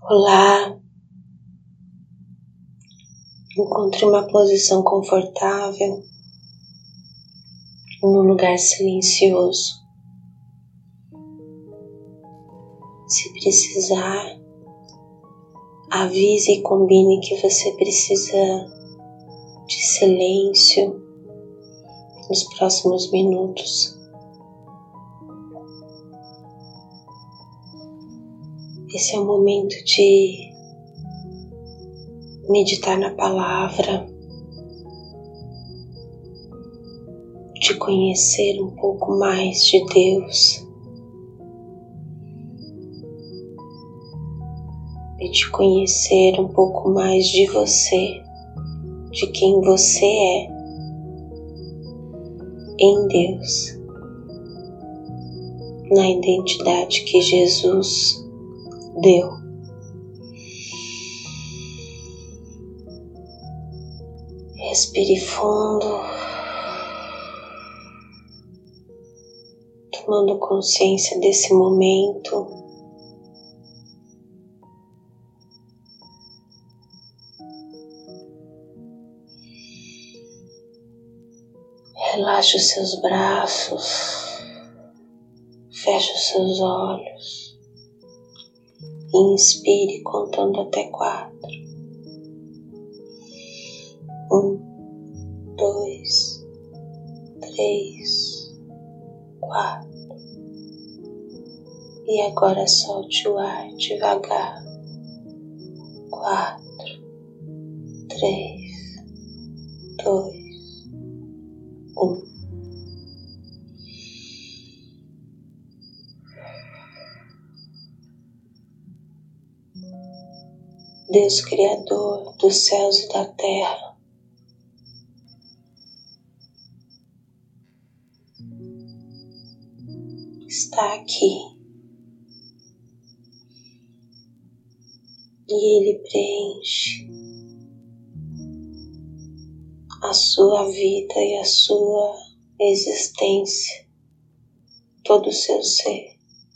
Olá, encontre uma posição confortável num lugar silencioso. Se precisar, avise e combine que você precisa de silêncio nos próximos minutos. Esse é o momento de meditar na palavra, de conhecer um pouco mais de Deus e de conhecer um pouco mais de você, de quem você é em Deus, na identidade que Jesus deu. Respire fundo, tomando consciência desse momento. Relaxe os seus braços, feche os seus olhos e inspire contando até 4. 1, 2, 3, 4. E agora solte o ar devagar. 4, 3, 2, 1. Deus Criador dos céus e da terra, está aqui e Ele preenche a sua vida e a sua existência, todo o seu ser,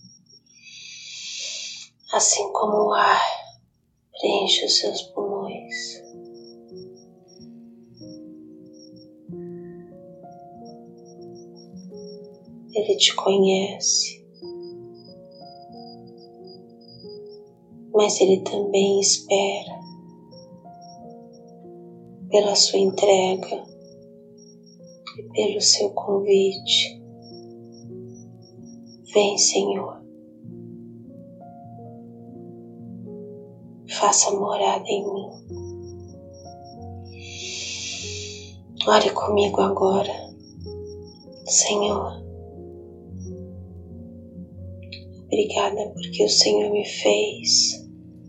assim como o ar preenche os seus pulmões. Ele te conhece, mas Ele também espera pela sua entrega e pelo seu convite. Vem, Senhor, faça morada em mim. Ore comigo agora. Senhor, obrigada porque o Senhor me fez,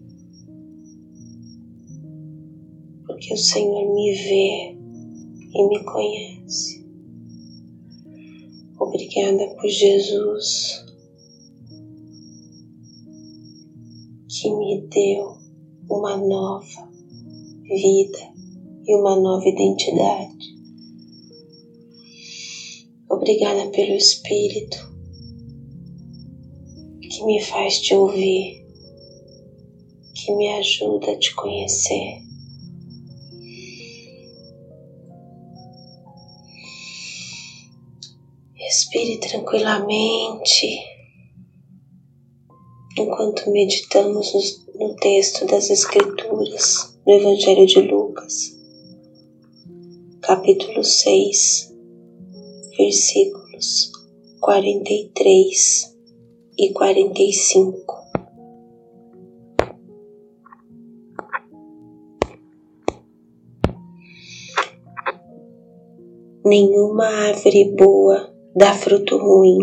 porque o Senhor me vê e me conhece. Obrigada por Jesus, que me deu uma nova vida e uma nova identidade. Obrigada pelo Espírito que me faz te ouvir, que me ajuda a te conhecer. Respire tranquilamente enquanto meditamos no texto das Escrituras, no Evangelho de Lucas, capítulo 6, versículos 43 e 45. Nenhuma árvore boa dá fruto ruim,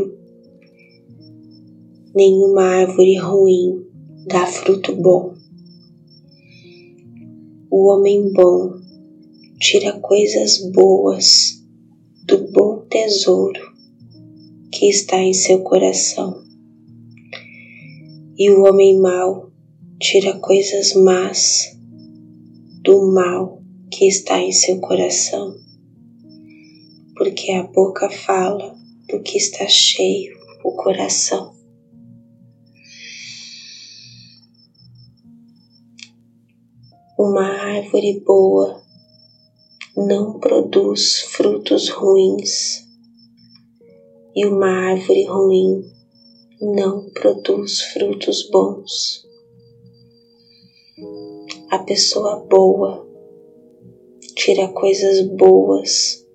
nenhuma árvore ruim dá fruto bom. O homem bom tira coisas boas do bom tesouro que está em seu coração, e o homem mau tira coisas más do mal que está em seu coração, porque a boca fala do que está cheio o coração. Uma árvore boa não produz frutos ruins, e uma árvore ruim não produz frutos bons. A pessoa boa tira coisas boas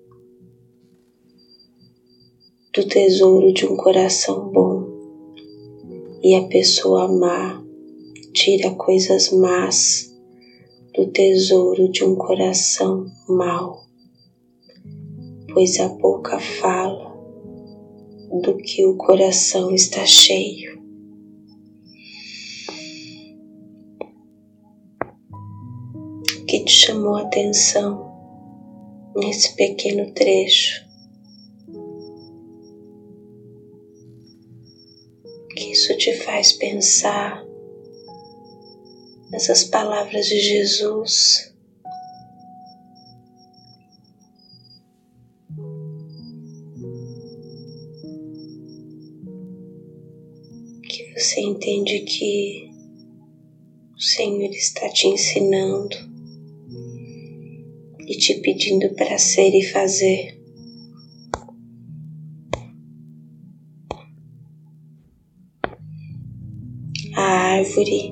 do tesouro de um coração bom, e a pessoa má tira coisas más do tesouro de um coração mau, pois a boca fala do que o coração está cheio. O que te chamou a atenção nesse pequeno trecho? O que isso te faz pensar nessas palavras de Jesus? Que você entende que o Senhor está te ensinando e te pedindo para ser e fazer. A árvore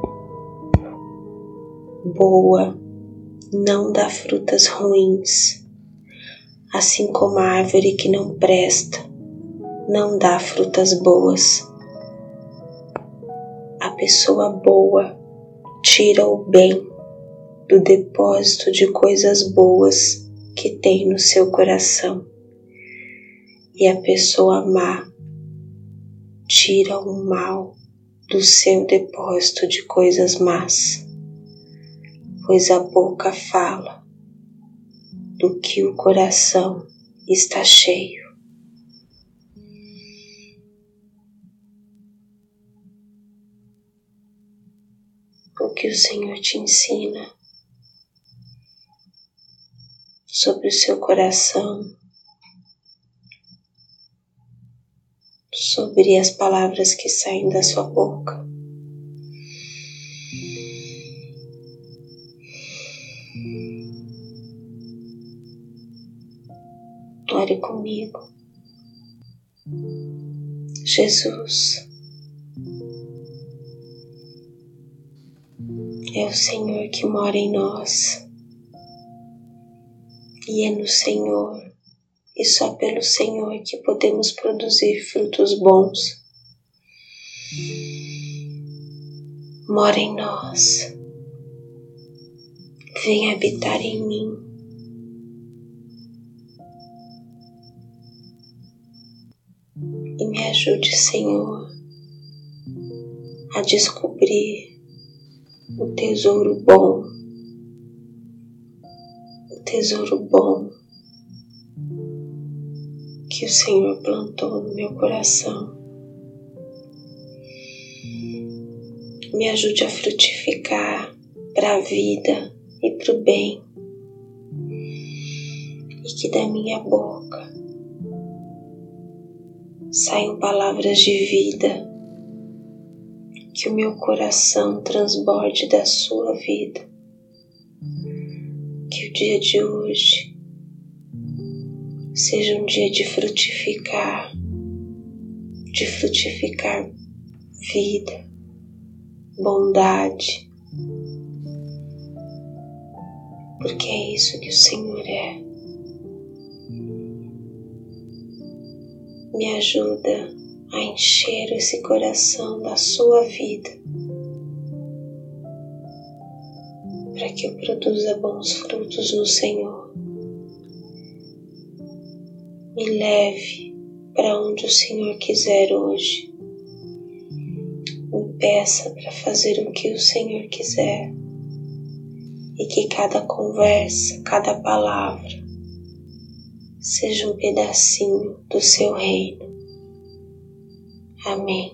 boa não dá frutas ruins, assim como a árvore que não presta não dá frutas boas. A pessoa boa tira o bem do depósito de coisas boas que tem no seu coração, e a pessoa má tira o mal do seu depósito de coisas más, pois a boca fala do que o coração está cheio. O que o Senhor te ensina sobre o seu coração, sobre as palavras que saem da sua boca. Ore comigo. Jesus, é o Senhor que mora em nós, e é no Senhor e só pelo Senhor que podemos produzir frutos bons. Mora em nós, vem habitar em mim. E me ajude, Senhor, a descobrir o tesouro bom, que o Senhor plantou no meu coração. Me ajude a frutificar para a vida e para o bem, e que da minha boca saiam palavras de vida, que o meu coração transborde da sua vida, que o dia de hoje seja um dia de frutificar vida, bondade, porque é isso que o Senhor é. Me ajuda a encher esse coração da sua vida, para que eu produza bons frutos no Senhor. Me leve para onde o Senhor quiser hoje. Me peça para fazer o que o Senhor quiser, e que cada conversa, cada palavra seja um pedacinho do seu reino. Amém.